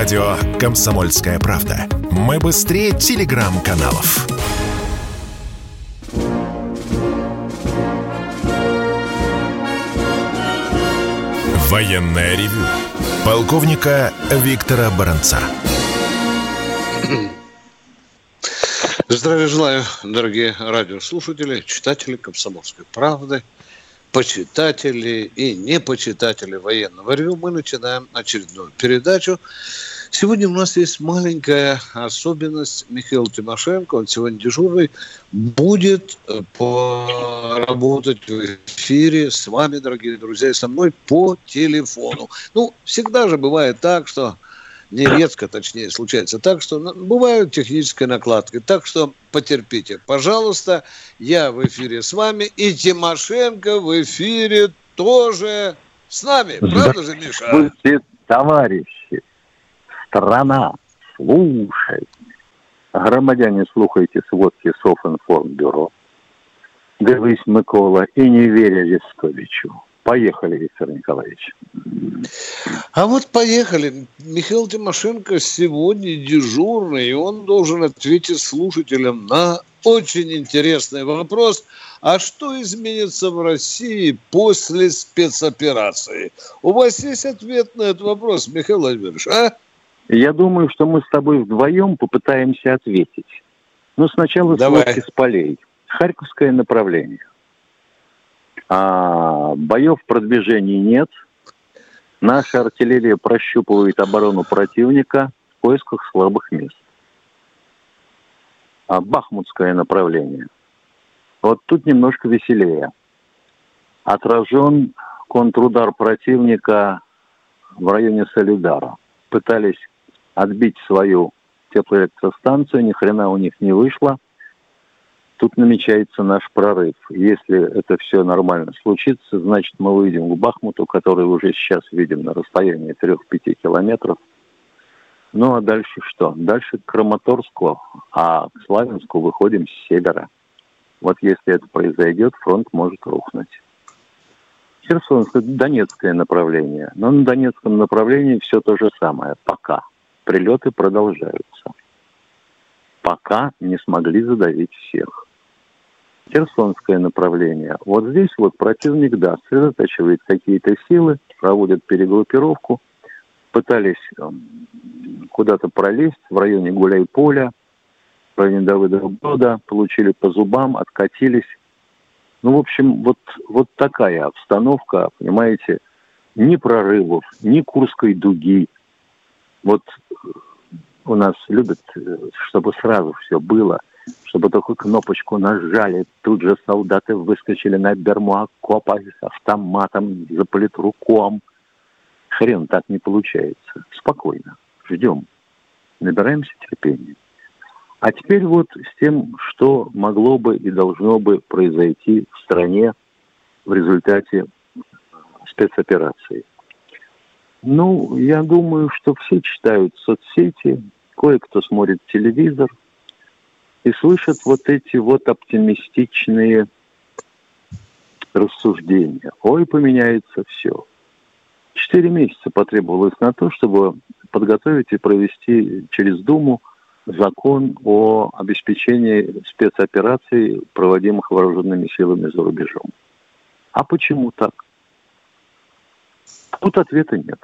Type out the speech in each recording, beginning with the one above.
Радио «Комсомольская правда». Мы быстрее телеграм-каналов. Военное ревю полковника Виктора Баранца. Здравия желаю, дорогие радиослушатели, читатели «Комсомольской правды», почитатели и непочитатели военного ревю. Мы начинаем очередную передачу. Сегодня у нас есть маленькая особенность. Михаил Тимошенко, он сегодня дежурный, будет поработать в эфире с вами, дорогие друзья, и со мной по телефону. Ну, всегда же бывает так, что нередко, точнее, случается так, что бывают технические накладки. Так что потерпите. Пожалуйста, я в эфире с вами, и Тимошенко в эфире тоже с нами. Правда же, Миша? Здравствуйте, товарищи. Страна, слушай. Громадяне, слухайте сводки Софинформбюро. Дивись, Микола, и не веря Лесковичу. Поехали, Виктор Николаевич. А вот поехали. Михаил Тимошенко сегодня дежурный, и он должен ответить слушателям на очень интересный вопрос. А что изменится в России после спецоперации? У вас есть ответ на этот вопрос, Михаил Владимирович, а? Я думаю, что мы с тобой вдвоем попытаемся ответить. Но сначала сводки с полей. Харьковское направление. Боев в продвижении нет. Наша артиллерия прощупывает оборону противника в поисках слабых мест. Бахмутское направление. Вот тут немножко веселее. Отражен контрудар противника в районе Солидара. Пытались отбить свою теплоэлектростанцию, ни хрена у них не вышло. Тут намечается наш прорыв. Если это все нормально случится, значит, мы выйдем к Бахмуту, который уже сейчас видим на расстоянии 3-5 километров. Ну, а дальше что? Дальше к Краматорску, а к Славянску выходим с севера. Вот если это произойдет, фронт может рухнуть. Херсонское, Донецкое направление. Но на Донецком направлении все то же самое. Пока. Прилеты продолжаются. Пока не смогли задавить всех. Херсонское направление. Вот здесь вот противник, да, сосредотачивает какие-то силы, проводит перегруппировку, пытались куда-то пролезть в районе Гуляй-Поля, в районе Давыдова Брода, получили по зубам, откатились. Ну, в общем, вот такая обстановка, понимаете, ни прорывов, ни Курской дуги. Вот у нас любят, чтобы сразу все было, чтобы только кнопочку нажали, тут же солдаты выскочили на берму окопа с автоматом, за политруком. Хрен, так не получается. Спокойно, ждем, набираемся терпения. А теперь вот с тем, что могло бы и должно бы произойти в стране в результате спецоперации. Ну, я думаю, что все читают соцсети, кое-кто смотрит телевизор и слышат вот эти вот оптимистичные рассуждения. Ой, поменяется все. 4 месяца потребовалось на то, чтобы подготовить и провести через Думу закон о обеспечении спецопераций, проводимых вооруженными силами за рубежом. А почему так? Тут ответа нет.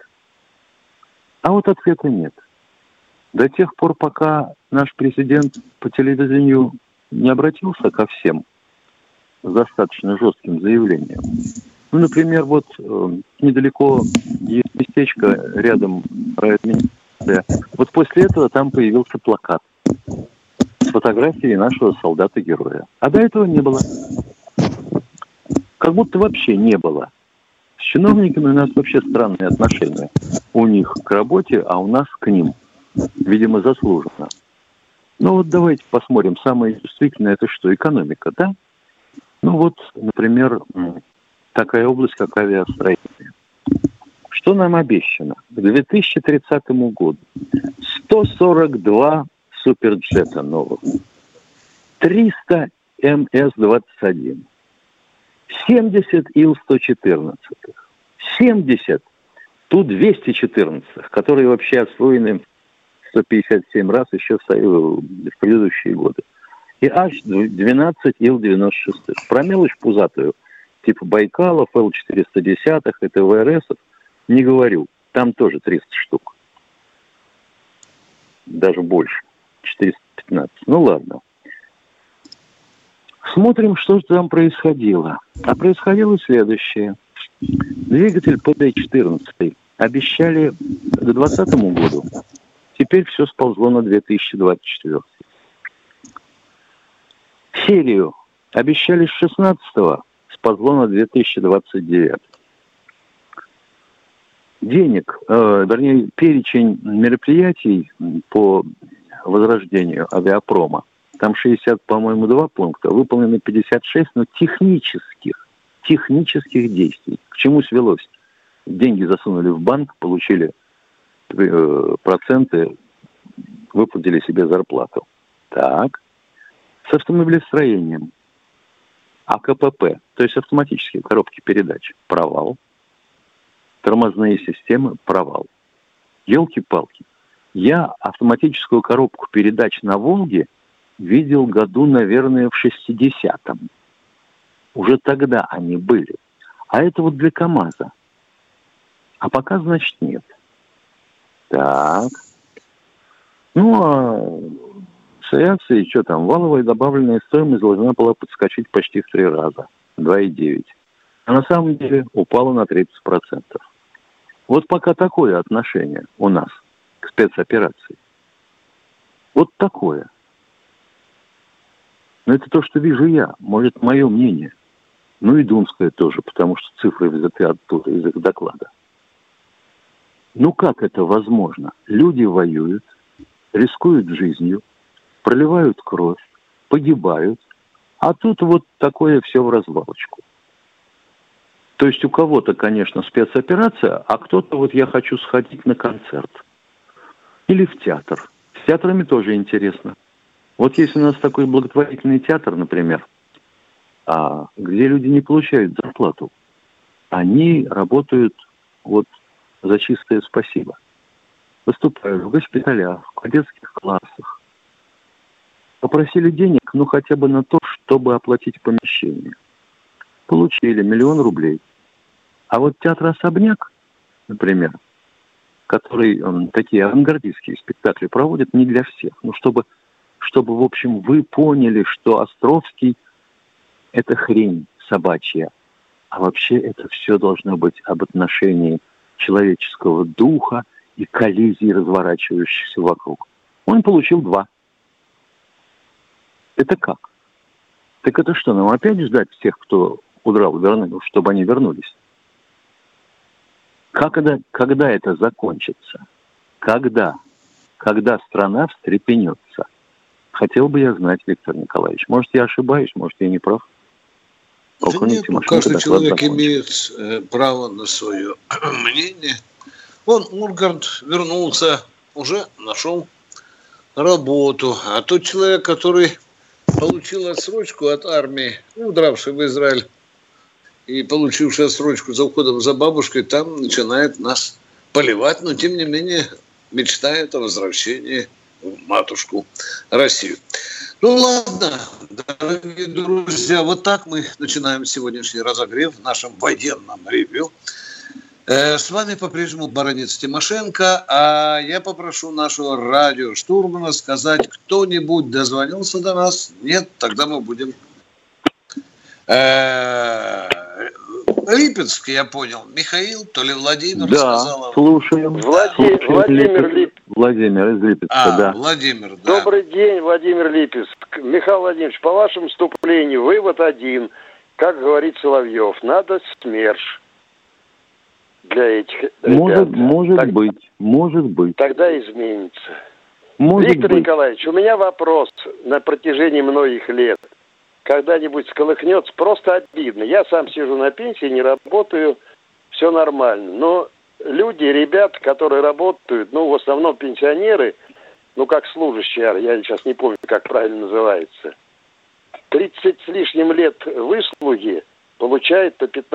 До тех пор, пока наш президент по телевидению не обратился ко всем с достаточно жестким заявлением. Ну, например, вот недалеко есть местечко рядом райадминистрации. Вот после этого там появился плакат с фотографией нашего солдата-героя. А до этого не было. Как будто вообще не было. С чиновниками у нас вообще странные отношения. У них к работе, а у нас к ним. Видимо, заслуженно. Ну вот давайте посмотрим. Самое чувствительное это что? Экономика, да? Ну вот, например, такая область, как авиастроение. Что нам обещано? К 2030 году 142 суперджета новых, 300 МС-21, 70 Ил-114, 70 Тут 214, которые вообще освоены 157 раз еще в предыдущие годы. И аж 12 Ил-96. Про мелочь пузатую, типа Байкалов, Л-410 и ТВРСов, не говорю. Там тоже 300 штук. Даже больше. 415. Ну ладно. Смотрим, что же там происходило. А происходило следующее. Двигатель ПД-14 обещали к 2020 году. Теперь все сползло на 2024. Серию обещали с 16-го, сползло на 2029. Перечень мероприятий по возрождению авиапрома. Там 60, по-моему, 2 пункта, выполнено 56, но технических действий. К чему свелось? Деньги засунули в банк, получили проценты, выплатили себе зарплату. Так. С автомобилестроением. АКПП, то есть автоматические коробки передач. Провал. Тормозные системы. Провал. Елки-палки. Я автоматическую коробку передач на «Волге» видел году, наверное, в 60-м. Уже тогда они были. А это вот для КАМАЗа. А пока, значит, нет. Так. Ну, а с авиацией, что там, валовая добавленная стоимость должна была подскочить почти в 3 раза. 2,9. А на самом деле упала на 30%. Вот пока такое отношение у нас к спецоперации. Вот такое. Но это то, что вижу я. Может, мое мнение. Ну и Думское тоже, потому что цифры взяты оттуда, из их доклада. Ну как это возможно? Люди воюют, рискуют жизнью, проливают кровь, погибают, а тут вот такое все в развалочку. То есть у кого-то, конечно, спецоперация, а кто-то вот я хочу сходить на концерт. Или в театр. С театрами тоже интересно. Вот есть у нас такой благотворительный театр, например, где люди не получают зарплату. Они работают вот за чистое спасибо. Выступают в госпиталях, в детских классах. Попросили денег, ну хотя бы на то, чтобы оплатить помещение. Получили 1 000 000 рублей. А вот театр «Особняк», например, который такие авангардистские спектакли проводит, не для всех. Ну, чтобы, в общем, вы поняли, что Островский – это хрень собачья. А вообще это все должно быть об отношении человеческого духа и коллизии, разворачивающихся вокруг. Он получил 2. Это как? Так это что, нам опять ждать всех, кто удрал, чтобы они вернулись? Когда это закончится? Когда страна встрепенется? Хотел бы я знать, Виктор Николаевич. Может, я ошибаюсь, может, я не прав. Да нет, каждый человек имеет право на свое мнение. Вон Ургант вернулся, уже нашел работу. А тот человек, который получил отсрочку от армии, удравший в Израиль и получивший отсрочку за уходом за бабушкой, там начинает нас поливать, но тем не менее мечтает о возвращении в матушку Россию. Ну ладно, дорогие друзья, вот так мы начинаем сегодняшний разогрев в нашем военном ревью. С вами по-прежнему баронец Тимошенко, а я попрошу нашего радиоштурмана сказать, кто-нибудь дозвонился до нас? Нет, тогда мы будем... Липецк, я понял. Михаил, то ли Владимир сказал. Да, слушаем. Владимир Липецк. Владимир из Липецка, да. Владимир, да. Добрый день, Владимир Липецк. Михаил Владимирович, по вашему вступлению, вывод один. Как говорит Соловьев, надо СМЕРШ для этих ребят. Может быть. Тогда изменится. Виктор Николаевич, у меня вопрос на протяжении многих лет. Когда-нибудь сколыхнется, просто обидно. Я сам сижу на пенсии, не работаю, все нормально. Но люди, ребята, которые работают, в основном пенсионеры, как служащие, я сейчас не помню, как правильно называется, 30 с лишним лет выслуги получают по 15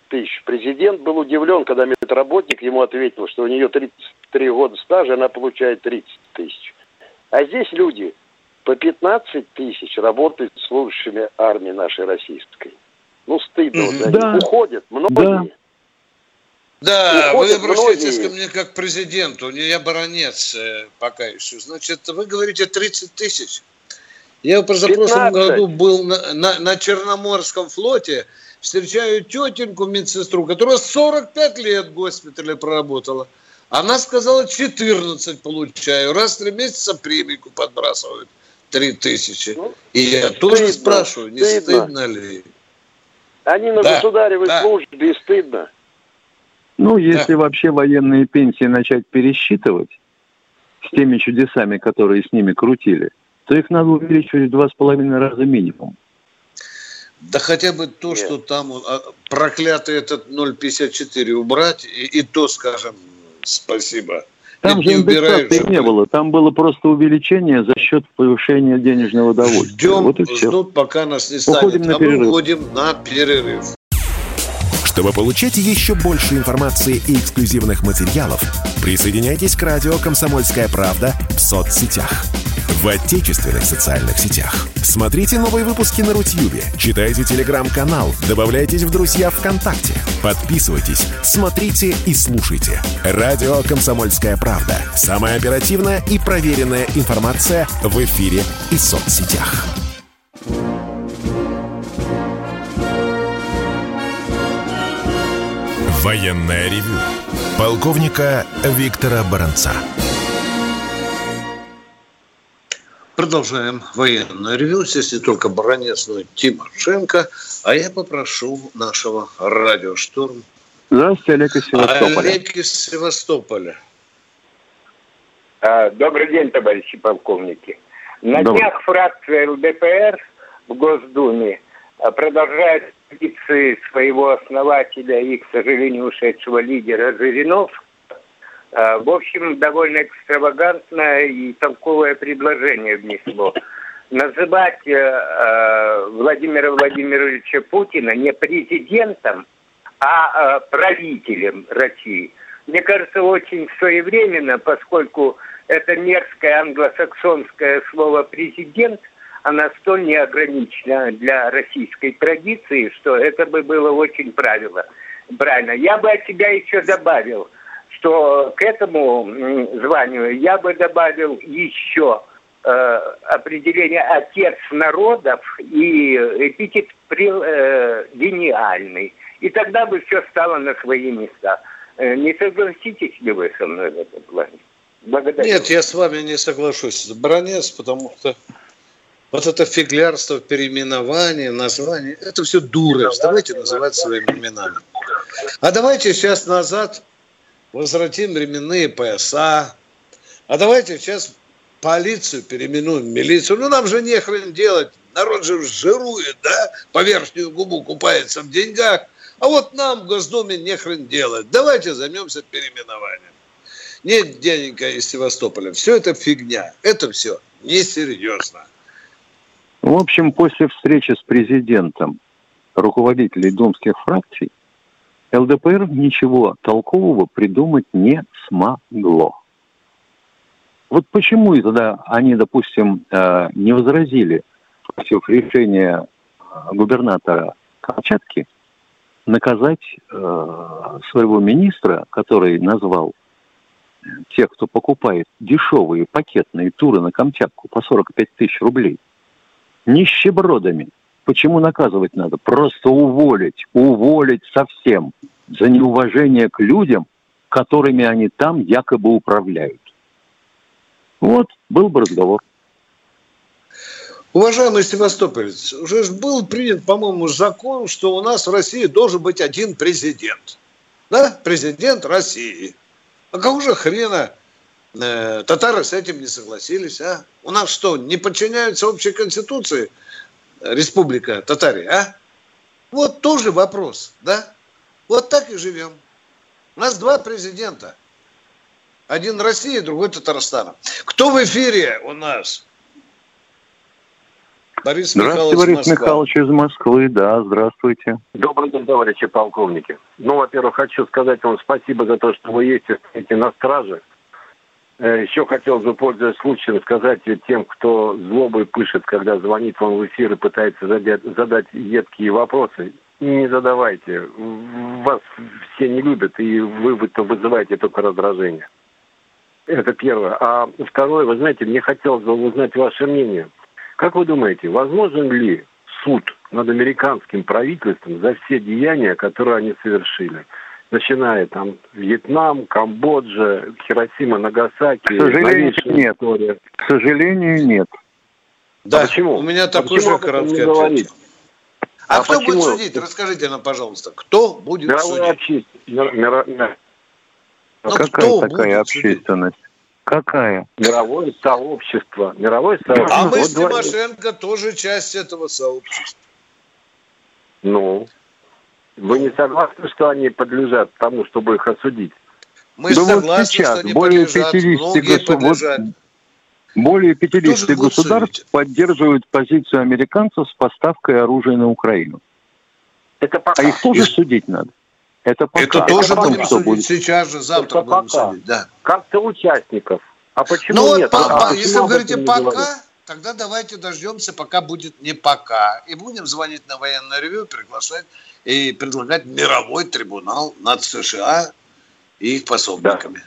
тысяч. Президент был удивлен, когда медработник ему ответил, что у нее 33 года стажа, она получает 30 тысяч. А здесь люди по 15 тысяч работают служащими армии нашей российской. Ну, стыдно. Да. Уходят многие. Да, вы Уходят обращаетесь многие. ко мне как к президенту, я баронец пока еще. Значит, вы говорите 30 тысяч. Я в позапрошлом 15. году был на Черноморском флоте, встречаю тетеньку медсестру, которая 45 лет в госпитале проработала. Она сказала, 14 получаю. Раз в 3 месяца премийку подбрасывают. 3 тысячи. Ну, и я тоже спрашиваю, не стыдно ли? Они на государевой службе, и стыдно. Ну, если вообще военные пенсии начать пересчитывать с теми чудесами, которые с ними крутили, то их надо увеличивать в 2,5 раза минимум. Да хотя бы то, что там проклятый этот 0,54 убрать, и то, скажем, спасибо. Там же индексации не было, там было просто увеличение за счет повышения денежного довольствия. Ждем, вот и все. ждут, пока нас не станет. Уходим на перерыв. Мы уходим на перерыв. Чтобы получать еще больше информации и эксклюзивных материалов, присоединяйтесь к радио «Комсомольская правда» в соцсетях. В отечественных социальных сетях. Смотрите новые выпуски на Рутьюбе, читайте телеграм-канал, добавляйтесь в друзья ВКонтакте, подписывайтесь, смотрите и слушайте. Радио «Комсомольская правда». Самая оперативная и проверенная информация в эфире и соцсетях. Военное ревю полковника Виктора Баранца. Продолжаем военное ревю. Здесь не только Баранец, но и Тимошенко. А я попрошу нашего радиошторм. Здравствуйте, Олег из Севастополя. Олег из Севастополя. Добрый день, товарищи полковники. На днях фракция ЛДПР в Госдуме продолжает традиции своего основателя и, к сожалению, ушедшего лидера Жириновского. В общем, довольно экстравагантное и толковое предложение внесло. Называть Владимира Владимировича Путина не президентом, а правителем России. Мне кажется, очень своевременно, поскольку это мерзкое англосаксонское слово «президент», она столь неограничена для российской традиции, что это бы было очень правильно. Я бы от себя еще добавил, что к этому званию я бы добавил еще определение «отец народов» и эпитет «гениальный». И тогда бы все стало на свои места. Не согласитесь ли вы со мной в этом плане? Благодарю. Нет, я с вами не соглашусь, Баранец, потому что вот это фиглярство, переименование, название, это все дурость. Давайте называть своими именами. А давайте сейчас назад возвратим временные пояса. А давайте сейчас полицию переименуем в милицию. Ну, нам же нехрен делать. Народ же жирует, да? По верхнюю губу купается в деньгах. А вот нам в Госдуме нехрен делать. Давайте займемся переименованием. Нет, дяденька из Севастополя, все это фигня. Это все несерьезно. В общем, после встречи с президентом руководителей думских фракций ЛДПР ничего толкового придумать не смогло. Вот почему и тогда они, допустим, не возразили против решения губернатора Камчатки наказать своего министра, который назвал тех, кто покупает дешевые пакетные туры на Камчатку по 45 тысяч рублей, нищебродами. Почему наказывать надо? Просто уволить совсем за неуважение к людям, которыми они там якобы управляют. Вот, был бы разговор. Уважаемый севастополец, уже был принят, по-моему, закон, что у нас в России должен быть один президент. Да? Президент России. А какого же хрена татары с этим не согласились, а? У нас что, не подчиняются общей конституции Республика Татария, а? Вот тоже вопрос, да? Вот так и живем. У нас 2 президента. Один Россия, другой Татарстана. Кто в эфире у нас? Борис Михайлович из Москвы, да, здравствуйте. Добрый день, товарищи полковники. Во-первых, хочу сказать вам спасибо за то, что вы есть на страже. Еще хотел бы, пользуясь случаем, сказать тем, кто злобой пышет, когда звонит вам в эфир и пытается задать едкие вопросы. Не задавайте. Вас все не любят, и вы вызываете только раздражение. Это первое. А второе, вы знаете, мне хотелось бы узнать ваше мнение. Как вы думаете, возможен ли суд над американским правительством за все деяния, которые они совершили? Начиная там Вьетнам, Камбоджа, Хиросима, Нагасаки. К сожалению, нет. История. К сожалению, нет. Да, почему? У меня такой же короткий ответ. А кто будет судить? Расскажите нам, пожалуйста, кто будет судить? Какая такая общественность? Какая? Мировое сообщество. А мы с Тимошенко тоже часть этого сообщества. Вы не согласны, что они подлежат тому, чтобы их осудить? Мы согласны, что они подлежат, многие подлежат. Более 50 государств поддерживают позицию американцев с поставкой оружия на Украину. Это пока. А их тоже судить надо. Это пока. Это тоже будем судить сейчас же, завтра будем судить. Да. Как-то участников. А почему нет? Если вы говорите пока, тогда давайте дождемся, пока будет не пока. И будем звонить на военное ревью, приглашать и предлагать мировой трибунал над США и их пособниками. Да.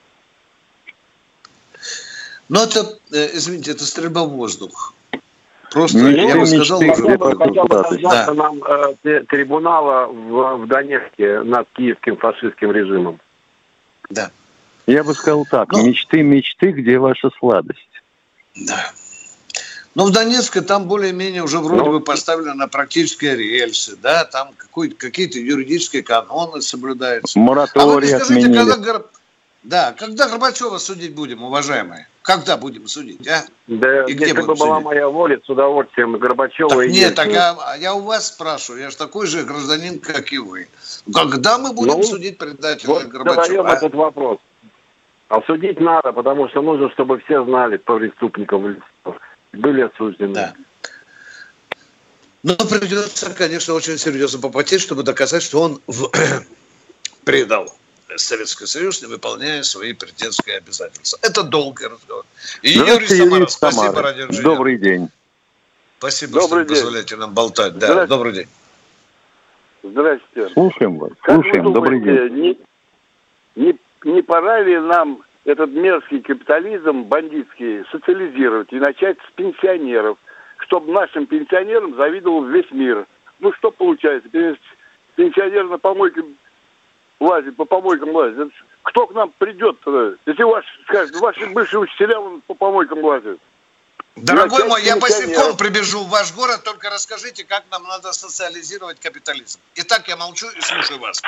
Но это, извините, это стрельба в воздух. Просто, я бы сказал, хотя бы дождаться нам трибунала в Донецке над киевским фашистским режимом. Да. Я бы сказал так, мечты, где ваша сладость? Да. Но в Донецке там более-менее уже вроде бы поставлены на практические рельсы, да, там какие-то юридические каноны соблюдаются. Мораторий отменили. Когда Горбачева судить будем, уважаемые? Когда будем судить, а? Да, и если бы была моя воля, с удовольствием Горбачева... Я у вас спрашиваю, я же такой же гражданин, как и вы. Когда мы будем судить предателя Горбачева? Задаем этот вопрос. А судить надо, потому что нужно, чтобы все знали, кто преступников были осуждены. Да. Но придется, конечно, очень серьезно попотеть, чтобы доказать, что он предал Советский Союз, не выполняя свои президентские обязательства. Это долгий разговор. И Юрий Самаров, спасибо, Радио. Добрый день. Спасибо, что позволяете нам болтать. Да, добрый день. Здравствуйте. Слушаем вас. Слушаем. Добрый день. Не пора ли нам этот мерзкий капитализм бандитский социализировать и начать с пенсионеров, чтобы нашим пенсионерам завидовал весь мир? Что получается? Пенсионер на помойке лазит, по помойкам лазит. Кто к нам придет-то? Если ваши бывшие учителя по помойкам лазят. Дорогой мой, я босиком прибежу в ваш город, только расскажите, как нам надо социализировать капитализм. Итак, я молчу и слушаю вас.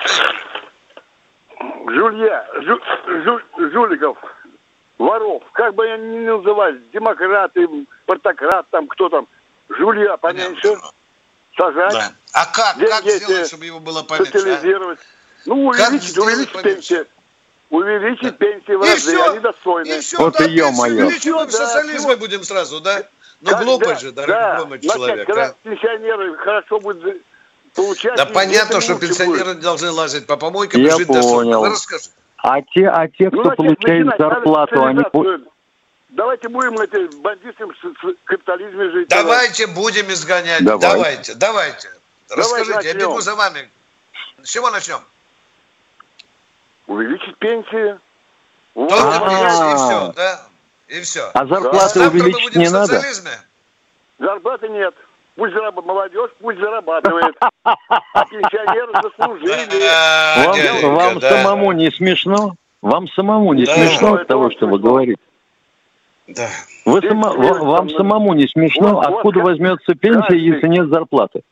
Жуликов, воров, как бы они ни называли, демократы, партократ, там, кто там, жулья поменьше, сажать. Да. А как сделать, чтобы его было поменьше? Социализировать. Увеличить пенсии. Увеличить пенсии в разы, они достойны. Вот и ё-моё. В социализме будем сразу, да? Глупый же, дорогой человек. Когда пенсионеры хорошо будут получать... Да понятно, что пенсионеры должны лазить по помойкам и жить достойно. Вы расскажите. А те, кто получает зарплату, они... Давайте будем на этой бандитском капитализме жить. Давайте будем изгонять. Давайте. Расскажите, я бегу за вами. С чего начнем? Увеличить пенсии. Только пенсии, и все, да? И все. А зарплаты увеличить не надо? Зарплаты нет. Пусть молодежь пусть зарабатывает. А пенсионеры заслужили. Вам самому не смешно? Вам самому не смешно от того, что вы говорите? Да. Вам самому не смешно? Откуда возьмется пенсия, если нет зарплаты?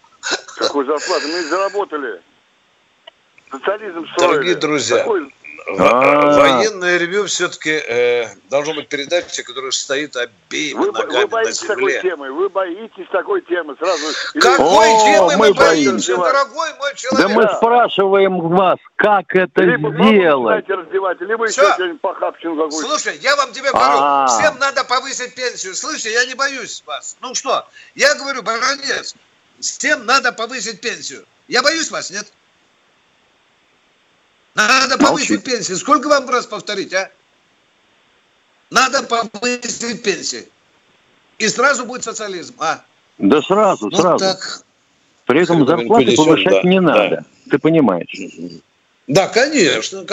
Какую зарплату? Мы заработали. Социализм строили. Дорогие друзья, Военное ревю все-таки должно быть передачей, которая стоит обеими ногами на земле. Вы боитесь такой темы сразу. Какой темы мы боимся, дорогой мой человек? Да мы спрашиваем вас, как это сделать. Либо еще что-нибудь похабщину какую-то. Слушай, я вам тебе говорю, всем надо повысить пенсию. Слушай, я не боюсь вас. Ну что, я говорю, Баранец, всем надо повысить пенсию. Я боюсь вас, нет? Надо повысить пенсию. Сколько вам раз повторить, а? Надо повысить пенсию. И сразу будет социализм, а? Да сразу. Так. При этом зарплаты повышать не надо. Ты понимаешь? Да, конечно.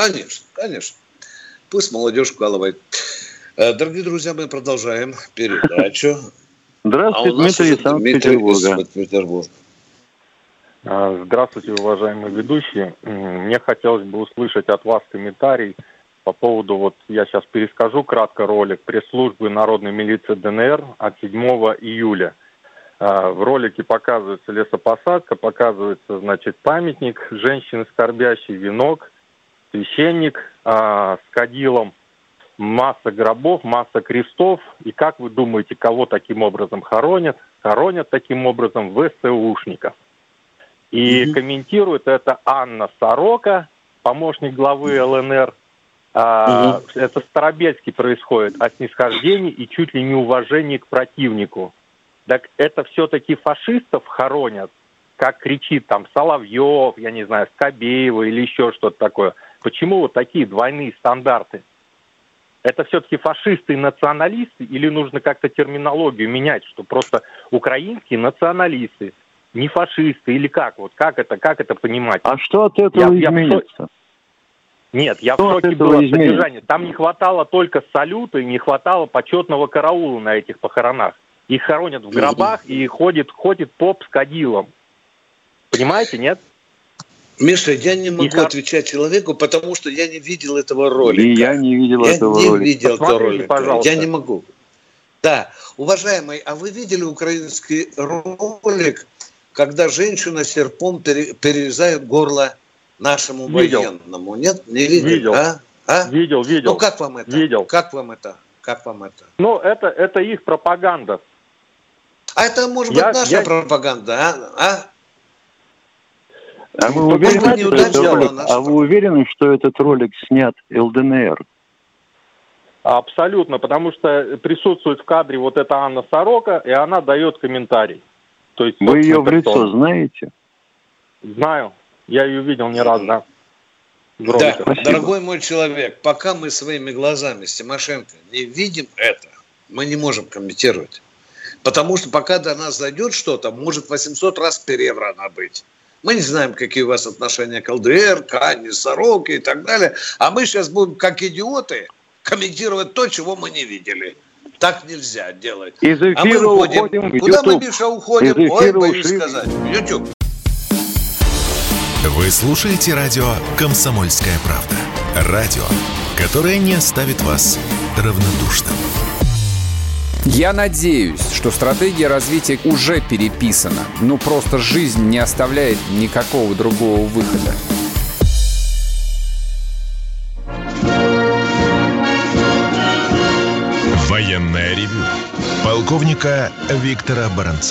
Пусть молодежь вкалывает. Дорогие друзья, мы продолжаем передачу. Здравствуйте, Дмитрий из Санкт-Петербурга. Здравствуйте, уважаемые ведущие. Мне хотелось бы услышать от вас комментарий по поводу, вот я сейчас перескажу кратко ролик пресс-службы Народной милиции ДНР от 7 июля. В ролике показывается лесопосадка, показывается, значит, памятник женщины скорбящей, венок, священник с кадилом, масса гробов, масса крестов. И как вы думаете, кого таким образом хоронят? Хоронят таким образом ВСУшников. И комментирует это Анна Сорока, помощник главы ЛНР. Это Старобельский происходит о снисхождении и чуть ли не уважении к противнику. Так это все-таки фашистов хоронят, как кричит там Соловьев, я не знаю, Скобеева или еще что-то такое. Почему вот такие двойные стандарты? Это все-таки фашисты и националисты, или нужно как-то терминологию менять, что просто украинские националисты, не фашисты, или как? Вот как это понимать? А что от этого изменится? Нет, я в шоке был от содержания. Там не хватало только салюта и не хватало почетного караула на этих похоронах. Их хоронят в гробах, и ходит поп с кадилом. Понимаете, нет? Миша, я не могу отвечать человеку, потому что я не видел этого ролика. И я не видел этого ролика. Посмотрите, пожалуйста. Я не могу. Да, уважаемый, а вы видели украинский ролик, когда женщина серпом перерезает горло нашему военному? Нет? Не видел? Видел. Видел. Ну, как вам это? Видел. Как вам это? Ну, это их пропаганда. А это, может быть, наша пропаганда, а? А вы уверены, что этот ролик снят ЛДНР? Абсолютно, потому что присутствует в кадре вот эта Анна Сорока, и она дает комментарий. То есть, вы ее в лицо знаете? Знаю. Я ее видел не раз, да. Да, дорогой мой человек, пока мы своими глазами с Тимошенко не видим это, мы не можем комментировать. Потому что пока до нас дойдет что-то, может 800 раз переврано быть. Мы не знаем, какие у вас отношения к ЛДР, к Анне Сороке и так далее. А мы сейчас будем, как идиоты, комментировать то, чего мы не видели. Так нельзя делать. Из эфира уходим в YouTube. Куда мы, Миша, уходим? Ой, боюсь сказать. В YouTube. Вы слушаете радио «Комсомольская правда». Радио, которое не оставит вас равнодушным. Я надеюсь, что стратегия развития уже переписана. Ну, просто жизнь не оставляет никакого другого выхода. Военное ревю полковника Виктора Баранца.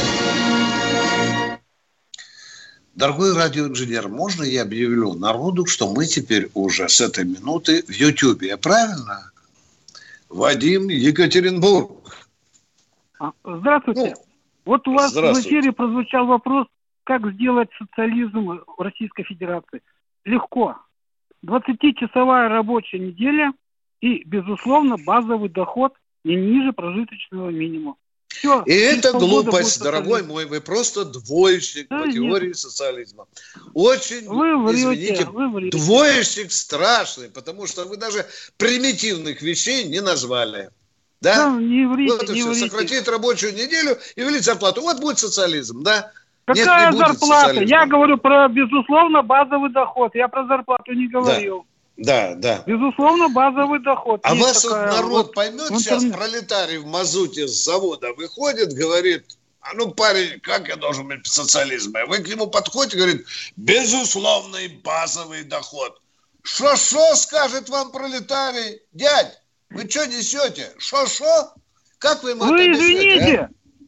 Дорогой радиоинженер, можно я объявлю народу, что мы теперь уже с этой минуты в Ютьюбе, правильно? Вадим, Екатеринбург. Здравствуйте. Вот у вас в эфире прозвучал вопрос, как сделать социализм в Российской Федерации. Легко. 20-часовая рабочая неделя и, безусловно, базовый доход не ниже прожиточного минимума. Все, и это глупость, дорогой мой, вы просто двоечник по теории социализма. Очень, извините, двоечник страшный, потому что вы даже примитивных вещей не назвали. Да? Не врите, вот и все. Сократить рабочую неделю и увеличить зарплату. Вот будет социализм, да? Какая зарплата? Я говорю про, безусловно, базовый доход. Я про зарплату не говорил. Да. Безусловно, базовый доход. А вас народ поймет сейчас, пролетарий в мазуте с завода выходит, говорит, а ну, парень, как я должен быть в социализме? Вы к нему подходите, говорит, безусловный базовый доход. Шо-шо, скажет вам пролетарий. Дядь, вы что несете? Шо-шо? Как вы ему это объясните? Извините,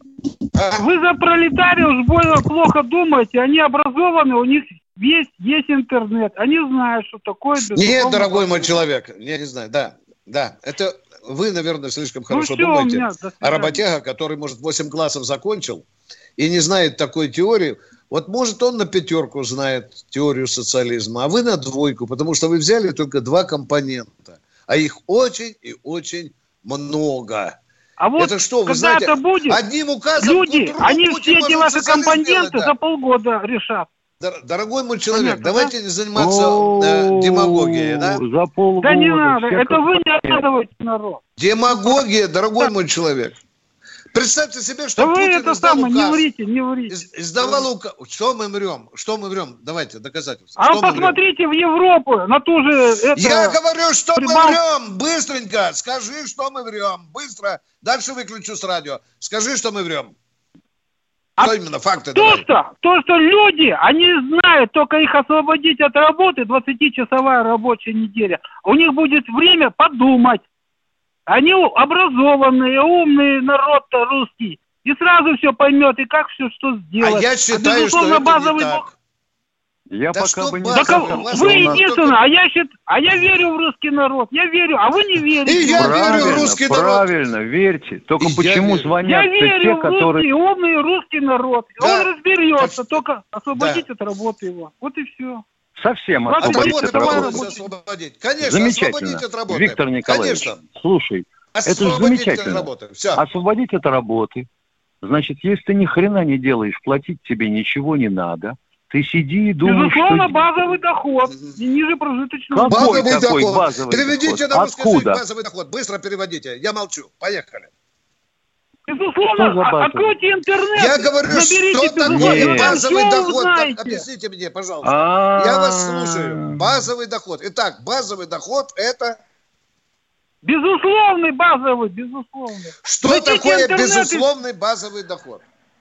вы за пролетариев уж больно плохо думаете. Они образованы, у них есть интернет. Они знают, что такое... Нет, дорогой мой человек, я не знаю, да. Это вы, наверное, слишком хорошо думаете о работяга, который, может, 8 классов закончил и не знает такой теории. Вот, может, он на 5 знает теорию социализма, а вы на 2, потому что вы взяли только 2 компонента, а их очень и очень много. А вот это что, вы когда знаете, это будет, одним указом люди, они все эти ваши компоненты за полгода решат. Дорогой мой человек, давайте не заниматься демагогией, да? За полгода. Да не надо, это вы не обманываете народ. Демагогия, дорогой мой человек. Представьте себе, что да Путин вы это издал указ. Не врите. Издавал указ. Что мы врем? Давайте, доказательства. А посмотрите в Европу, на ту же... Я говорю, что мы врем. Быстренько. Скажи, что мы врем. Быстро. Дальше выключу с радио. Скажи, что мы врем. Что именно? Факты давай. То, что люди, они знают, только их освободить от работы, 20-часовая рабочая неделя, у них будет время подумать. Они образованные, умный народ-то русский. И сразу все поймет, и как все, что сделать. А я считаю, что это не так. Я да пока бы не сказал. Вы единственное, а я верю в русский народ. Я верю, а вы не верите. И я верю в русский народ. Правильно, верьте. Только почему звонят те, которые... Я верю в умный русский народ. Да. Он разберется, только освободить от работы его. Вот и все. Совсем освободить от работы. Конечно, освободить от работы. Виктор Николаевич, конечно. Слушай, это же замечательно. Освободить от работы. Значит, если ты ни хрена не делаешь, платить тебе ничего не надо. Ты сиди и думаешь, безусловно, базовый доход. Не ниже прожиточного. Какой базовый переведите на русский язык базовый доход. Быстро переводите. Я молчу. Поехали. Безусловно, откройте интернет. Я говорю, что такое базовый доход? Объясните мне, пожалуйста. Я вас слушаю. Базовый доход. Итак, базовый доход это... Безусловный базовый, безусловный. Что такое безусловный базовый доход?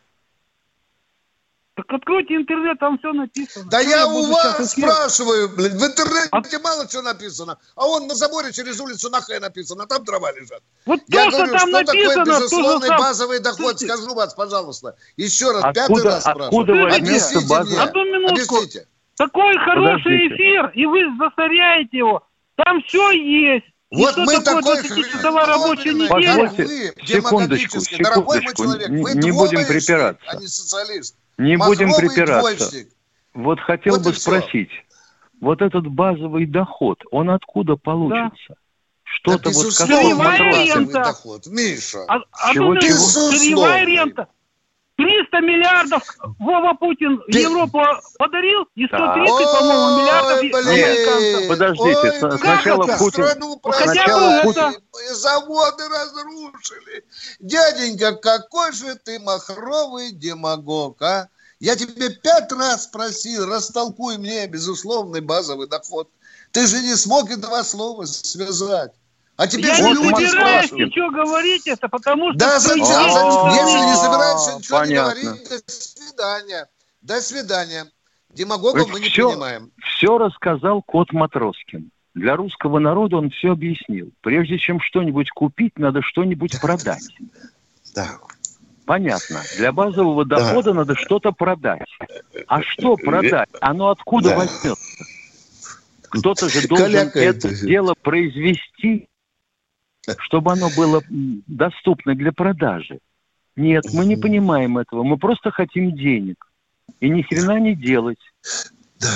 Так откройте интернет, там все написано. Да я у вас спрашиваю, блин, в интернете мало чего написано, а он на заборе через улицу нахуй написано, а там дрова лежат. Вот я то, говорю, что там что написано, такое безусловный там... базовый доход, скажу вас, пожалуйста. Еще раз, откуда, 5-й раз спрашиваю. Откуда объясните мне, одну минутку. Объясните. Такой хороший эфир, и вы засоряете его. Там все есть. Вот мы такой рабочая неделя. Вы секундочку, дорогой мой человек, вы не будем припираться. А не социалист. Не будем припираться. Вот хотел бы спросить, вот этот базовый доход, он откуда получится? Да. Что-то да, вот как доход, Миша. Сырьевая рента. 300 миллиардов Вова Путин Европу подарил, и 130, по-моему, миллиардов американцев. Подождите, сначала Путин... Заводы разрушили. Дяденька, какой же ты махровый демагог, а? Я тебе 5 раз спросил, растолкуй мне безусловный базовый доход. Ты же не смог и 2 слова связать. А теперь я люди не собираюсь ничего говорить, это потому что... Да, зачем? Если не собираешься ничего не говорить, до свидания. До свидания. Демагогов мы не принимаем. Все рассказал кот Матроскин. Для русского народа он все объяснил. Прежде чем что-нибудь купить, надо что-нибудь продать. Да. Понятно. Для базового дохода надо что-то продать. А что продать? Оно откуда возьмется? Кто-то же должен это дело произвести, чтобы оно было доступно для продажи. Нет, мы не понимаем этого. Мы просто хотим денег. И ни хрена не делать. Да.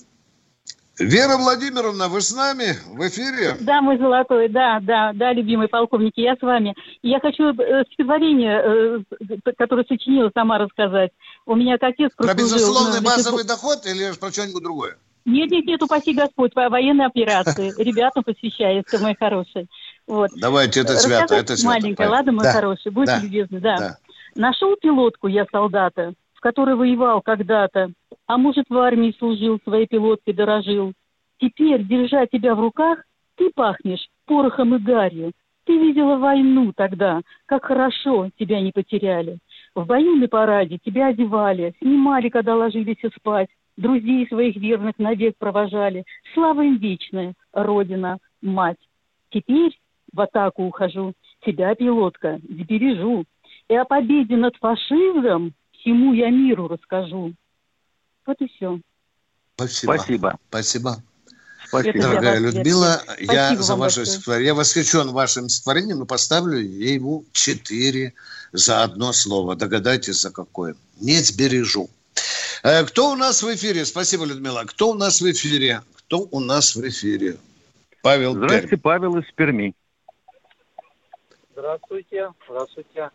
Вера Владимировна, вы с нами в эфире? Да, мой золотой, да, любимые полковники, я с вами. Я хочу стихотворение, которое сочинила, сама рассказать. У меня отец прослужил... Про безусловный базовый доход или про что-нибудь другое? Нет, упаси Господь, по военной операции. Ребятам посвящается, мой хороший. Вот. Давайте, это свято, маленькое, ладно, мой хороший, будьте любезны, да. Нашел пилотку я солдата, в которой воевал когда-то, а может, в армии служил, своей пилоткой дорожил. Теперь, держа тебя в руках, ты пахнешь порохом и гарью. Ты видела войну тогда, как хорошо тебя не потеряли. В бою на параде тебя одевали, снимали, когда ложились спать. друзей своих верных навек провожали. Слава им вечная, Родина, мать. Теперь в атаку ухожу, тебя, пилотка, сбережу. И о победе над фашизмом всему я миру расскажу. Вот и все. Спасибо. Спасибо. Спасибо. Дорогая Людмила, я за ваше стихотворение. Я восхищен вашим стихотворением и поставлю ему 4 за одно слово. Догадайтесь, за какое. Не сбережу. Кто у нас в эфире? Спасибо, Людмила. Кто у нас в эфире? Кто у нас в эфире? Павел. Здравствуйте, Пермь. Павел из Перми. Здравствуйте. Здравствуйте.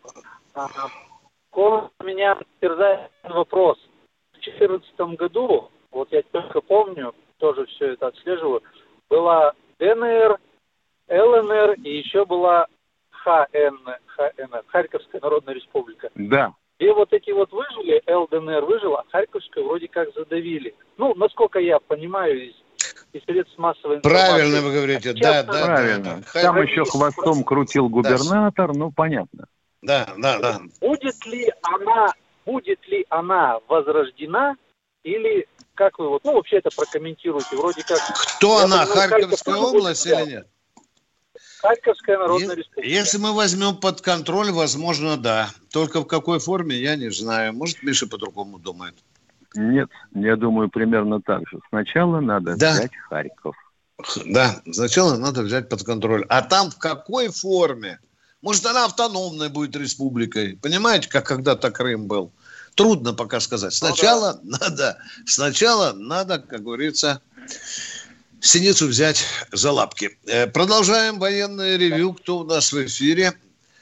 Меня терзает вопрос. В 2014 году, вот я только помню, тоже все это отслеживаю, была ДНР, ЛНР и еще была ХНР, Харьковская Народная Республика. Да. И вот эти вот выжили, ЛДНР выжила, а Харьковскую вроде как задавили. Ну, насколько я понимаю из средств массовой информации. Правильно вы говорите, да. Правильно. Там еще хвостом крутил губернатор, ну, понятно. Да. Будет ли она возрождена или как вы вот, вообще это прокомментируете? Вроде как... Кто она, Харьковская область или нет? Харьковская Народная Республика. Если мы возьмем под контроль, возможно, да. Только в какой форме, я не знаю. Может, Миша по-другому думает? Нет, я думаю, примерно так же. Сначала надо взять Харьков. Да, сначала надо взять под контроль. А там в какой форме? Может, она автономной будет республикой. Понимаете, как когда-то Крым был? Трудно пока сказать. Сначала надо, как говорится, синицу взять за лапки. Продолжаем военное ревью. Кто у нас в эфире?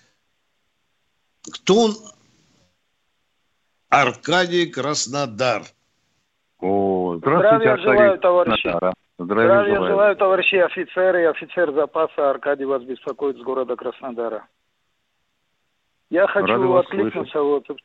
Аркадий, Краснодар. Здравия желаю, товарищи. Здравия желаю, товарищи офицеры и офицер запаса. Аркадий вас беспокоит с города Краснодара. Я хочу откликнуться.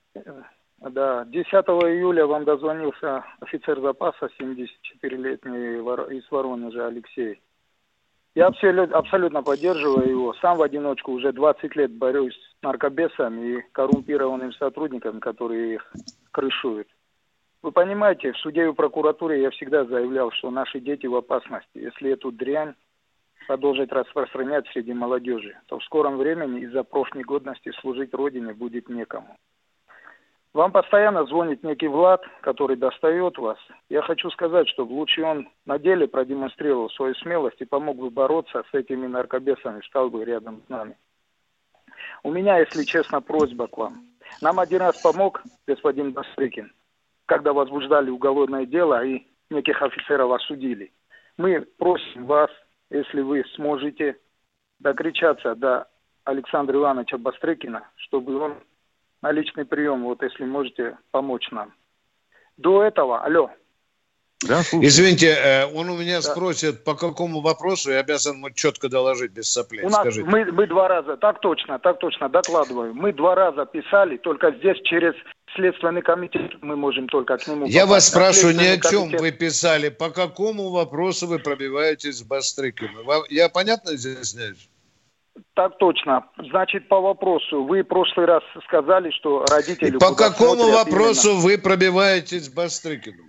Да, 10 июля вам дозвонился офицер запаса, 74-летний из Воронежа Алексей. Я абсолютно поддерживаю его. Сам в одиночку уже 20 лет борюсь с наркобесами и коррумпированными сотрудниками, которые их крышуют. Вы понимаете, в суде и в прокуратуре я всегда заявлял, что наши дети в опасности. Если эту дрянь продолжить распространять среди молодежи, то в скором времени из-за профнегодности служить Родине будет некому. Вам постоянно звонит некий Влад, который достает вас. Я хочу сказать, что лучше он на деле продемонстрировал свою смелость и помог бы бороться с этими наркобесами, стал бы рядом с нами. У меня, если честно, просьба к вам. Нам один раз помог господин Бастрыкин, когда возбуждали уголовное дело и неких офицеров осудили. Мы просим вас, если вы сможете докричаться до Александра Ивановича Бастрыкина, чтобы он на личный прием, вот если можете помочь нам. До этого, алло. Да, извините, он у меня спросит, по какому вопросу, я обязан ему четко доложить, без соплей. У нас мы 2 раза, так точно, докладываю. Мы 2 раза писали, только здесь через Следственный комитет мы можем только к нему... Я вас спрашиваю, ни о чем вы писали, по какому вопросу вы пробиваетесь с Бастрыкиным? Я понятно изъясняюсь? Так точно. Значит, по вопросу. Вы в прошлый раз сказали, что родители... И по какому вопросу вы пробиваетесь с Бастрыкиным?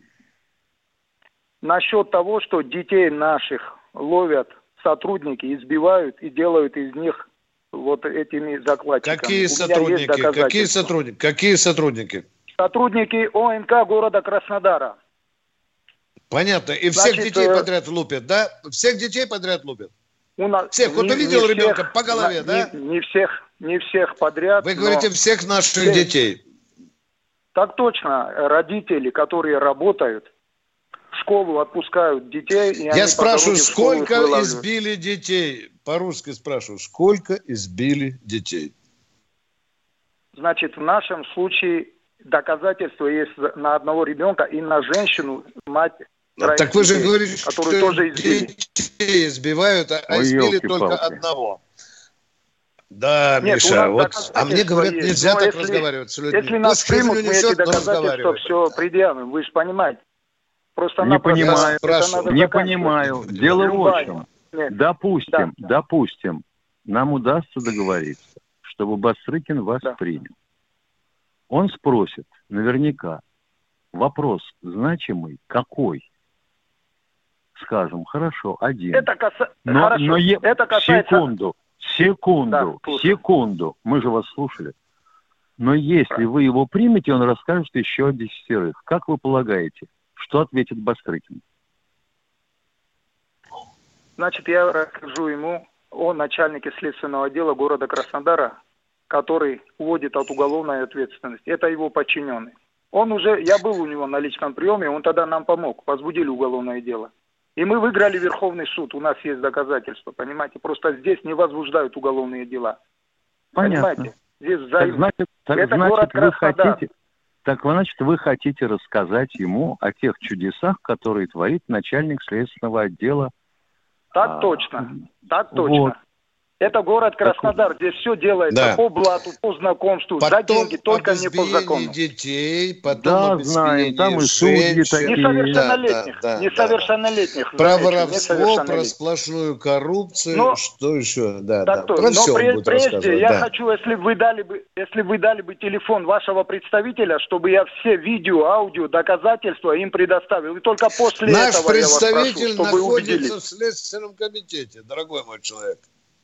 Насчет того, что детей наших ловят сотрудники, избивают и делают из них вот этими закладчиками. Какие сотрудники? Какие сотрудники? Сотрудники ОНК города Краснодара. Понятно. И всех детей подряд лупят, да? Всех детей подряд лупят? Всех. Вот ты видел ребенка по голове, да? Не всех подряд. Вы говорите, всех наших детей. Так точно. Родители, которые работают, в школу отпускают детей. И я спрашиваю, сколько избили детей? По-русски спрашиваю, сколько избили детей? Значит, в нашем случае доказательства есть на одного ребенка и на женщину, мать. Так вы же говорите, что тоже детей избивают, а избили только одного. Да, нет, Миша, мне говорят, нельзя так разговаривать с людьми. Если нас примут, мы эти доказательства все предъявим, вы же понимаете. Просто не понимаю. Дело в чем. Допустим, нам удастся договориться, чтобы Бастрыкин вас принял. Он спросит, наверняка, Вопрос значимый какой? Скажем, хорошо, один. Это касается... Секунду. Мы же вас слушали. Но если вы его примете, он расскажет еще о 10. Как вы полагаете, что ответит Бастрыкин? Значит, я расскажу ему о начальнике следственного отдела города Краснодара, который уводит от уголовной ответственности. Это его подчиненный. Я был у него на личном приеме, он тогда нам помог, возбудили уголовное дело. И мы выиграли Верховный суд, у нас есть доказательства, понимаете? Просто здесь не возбуждают уголовные дела. Понятно. Понимаете? Здесь Это город Краснодар. Значит, вы хотите рассказать ему о тех чудесах, которые творит начальник следственного отдела. Так точно. Вот. Это город Краснодар. Здесь все делается по блату, по знакомству, потом за деньги, только не по закону. Детей, потом знаем, там и судьи такие. Несовершеннолетних. Про воровство, про сплошную коррупцию, что еще? Про все он будет рассказывать. Я хочу, если вы дали бы телефон вашего представителя, чтобы я все видео, аудио, доказательства им предоставил. И только после этого я вас прошу, чтобы вы убедились. Наш представитель находится в Следственном комитете, дорогой мой человек.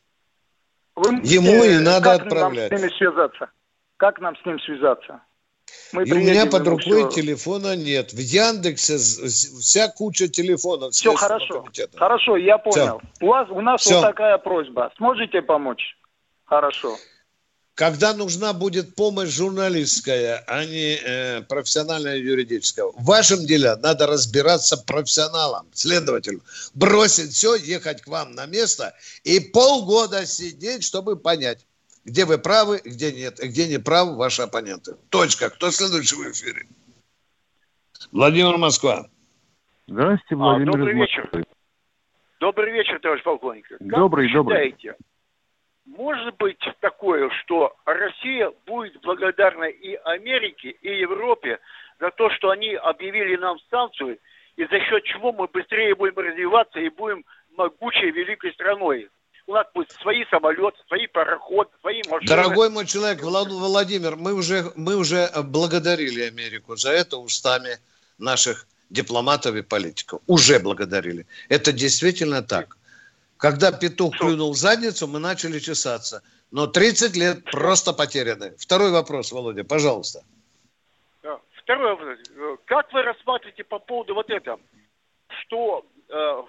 Ему и надо отправлять. Как нам с ним связаться? И у меня под рукой телефона нет. В Яндексе вся куча телефонов. Все хорошо. Хорошо, я понял. У нас вот такая просьба. Сможете помочь? Хорошо. Когда нужна будет помощь журналистская, а не профессиональная юридическая, в вашем деле надо разбираться профессионалам, следователю. Бросить все, ехать к вам на место и полгода сидеть, чтобы понять, где вы правы, где нет, и где не правы ваши оппоненты. Точка. Кто следующий в эфире? Владимир, Москва. Здравствуйте, Владимир. Добрый вечер. Добрый вечер, товарищ полковник. Добрый. Считаете, может быть такое, что Россия будет благодарна и Америке, и Европе за то, что они объявили нам санкцию, и за счет чего мы быстрее будем развиваться и будем могучей великой страной? У нас будут свои самолеты, свои пароходы, свои машины. Дорогой мой человек, Владимир, мы уже благодарили Америку за это устами наших дипломатов и политиков. Уже благодарили. Это действительно так. Когда петух клюнул в задницу, мы начали чесаться. Но 30 лет просто потеряны. Второй вопрос, Володя, пожалуйста. Второй вопрос. Как вы рассматриваете по поводу вот этого, что в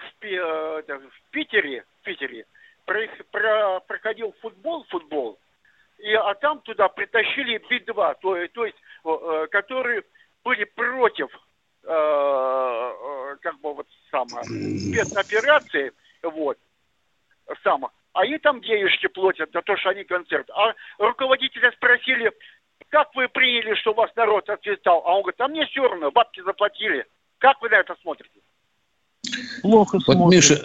Питере проходил футбол, а там туда притащили Би-2, то есть которые были против спецоперации, а и там денежки платят за то, что они концерт. А руководителя спросили, как вы приняли, что у вас народ отцветал? А он говорит, а мне все равно, бабки заплатили. Как вы на это смотрите? Плохо смотрим. Миша,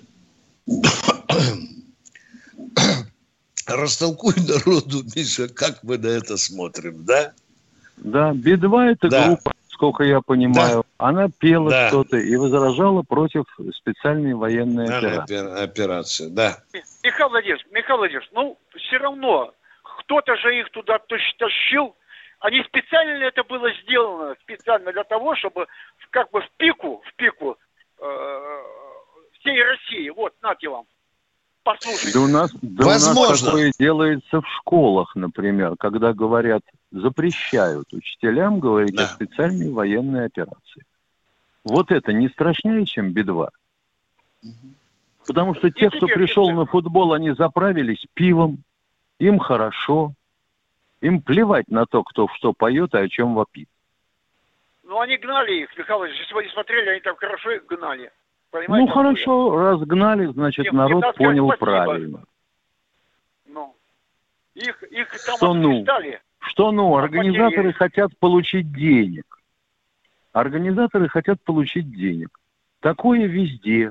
растолкуй народу, Миша, как мы на это смотрим, да? Да, Би-2 это группа, сколько я понимаю. Она пела что-то и возражала против специальной военной операции. Да. Михаил Владимирович, все равно кто-то же их туда тащил. Они специально это было сделано, специально для того, чтобы в пику всей России. Вот, нате вам. Послушайте. Да у нас такое делается в школах, например, когда говорят, запрещают учителям говорить о специальной военной операции. Вот это не страшнее, чем Би-2? Потому что те, кто пришел на футбол, они заправились пивом, им хорошо, им плевать на то, кто что поет и о чем вопит. Они гнали их, Михаил Ильич, если вы не смотрели, они там хорошо их гнали. Понимаете, хорошо, раз гнали, значит, народ понял правильно. Их там отпустали. Организаторы хотят получить денег. Такое везде.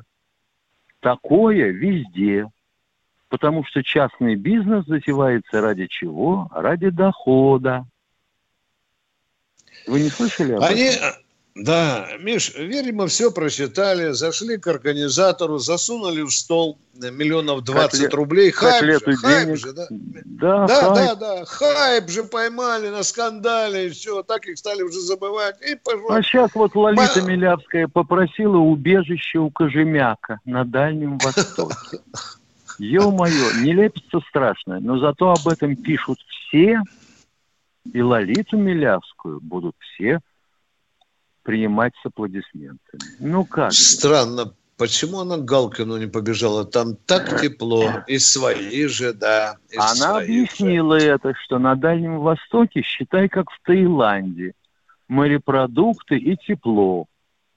Потому что частный бизнес затевается ради чего? Ради дохода. Вы не слышали об этом? Да, Миш, видимо, все просчитали, зашли к организатору, засунули в стол миллионов 20 рублей. Хайп же, да? Да, хайп же поймали на скандале, и все, так их стали уже забывать. И пошел. А сейчас вот Лолита Милявская попросила убежище у Кожемяка на Дальнем Востоке. Ё-моё, нелепица страшная, но зато об этом пишут все, и Лолиту Милявскую будут все принимать с аплодисментами. Ну как? Странно, почему она к Галкину не побежала? Там так тепло, и свои же, да. Она объяснила это, что на Дальнем Востоке, считай, как в Таиланде. Морепродукты и тепло.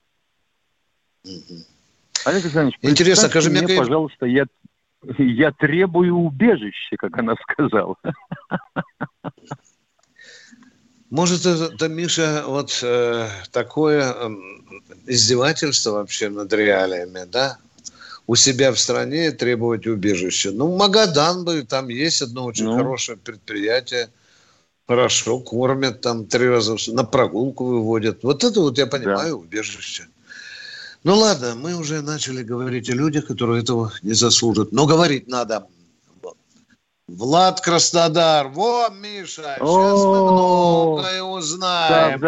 Олег Александрович, интересно, скажи мне, пожалуйста, я требую убежища, как она сказала. Может, это, Миша, вот такое издевательство вообще над реалиями, да? У себя в стране требовать убежища. Ну, Магадан бы, там есть одно очень хорошее предприятие, хорошо кормят, там 3 раза на прогулку выводят. Вот это вот я понимаю, убежище. Ну, ладно, мы уже начали говорить о людях, которые этого не заслужат. Но говорить надо. Влад Краснодар. Во, Миша, сейчас мы многое узнаем.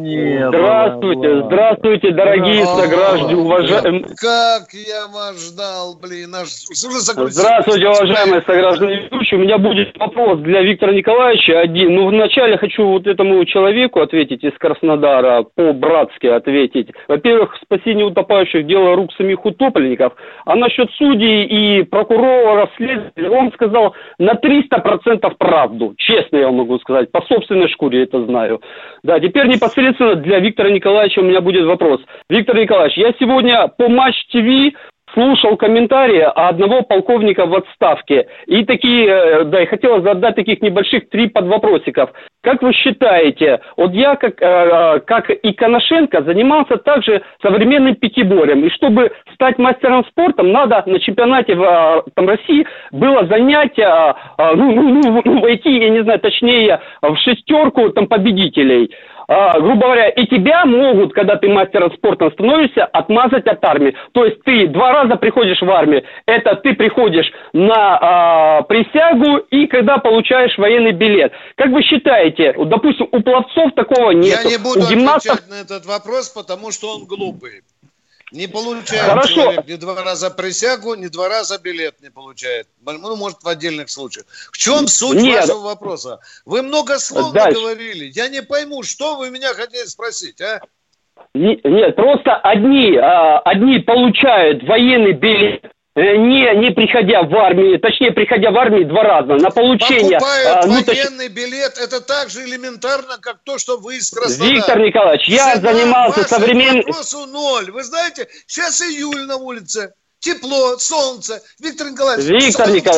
Здравствуйте, дорогие сограждане, уважаемые. Как я вас ждал, блин. Здравствуйте, уважаемые сограждане ведущие. У меня будет вопрос для Виктора Николаевича один. Ну, вначале хочу вот этому человеку ответить из Краснодара, по-братски ответить. Во-первых, спасение утопающих – дело рук самих утопленников. А насчет судей и прокурора, следователя, он сказал на 300% правду. Честно я вам могу сказать. По собственной шкуре это знаю. Да, теперь непосредственно для Виктора Николаевича у меня будет вопрос. Виктор Николаевич, я сегодня по Матч ТВ слушал комментарии одного полковника в отставке. И такие, да, и хотелось задать таких небольших 3 подвопросиков. Как вы считаете, вот я, как и Коношенко, занимался также современным пятиборьем. И чтобы стать мастером спорта, надо на чемпионате России было занятие, войти, я не знаю, точнее, в 6 там победителей. Грубо говоря, и тебя могут, когда ты мастером спорта становишься, отмазать от армии. То есть ты 2 раза приходишь в армию, это ты приходишь на присягу и когда получаешь военный билет. Как вы считаете, допустим, у пловцов такого нет? Я не буду отвечать на этот вопрос, потому что он глупый. Не получает человек ни 2 раза присягу, ни 2 раза билет не получает. Ну, может, в отдельных случаях. В чем суть вашего вопроса? Вы многословно говорили. Я не пойму, что вы меня хотели спросить, а? Нет, просто одни получают военный билет, не приходя в армию, точнее, приходя в армию 2 раза на получение... Покупают военный билет, это так же элементарно, как то, что вы из Краснодара. Виктор Николаевич, я занимался современным... Вопросу 0. Вы знаете, сейчас июль на улице, тепло, солнце. Виктор Николаевич...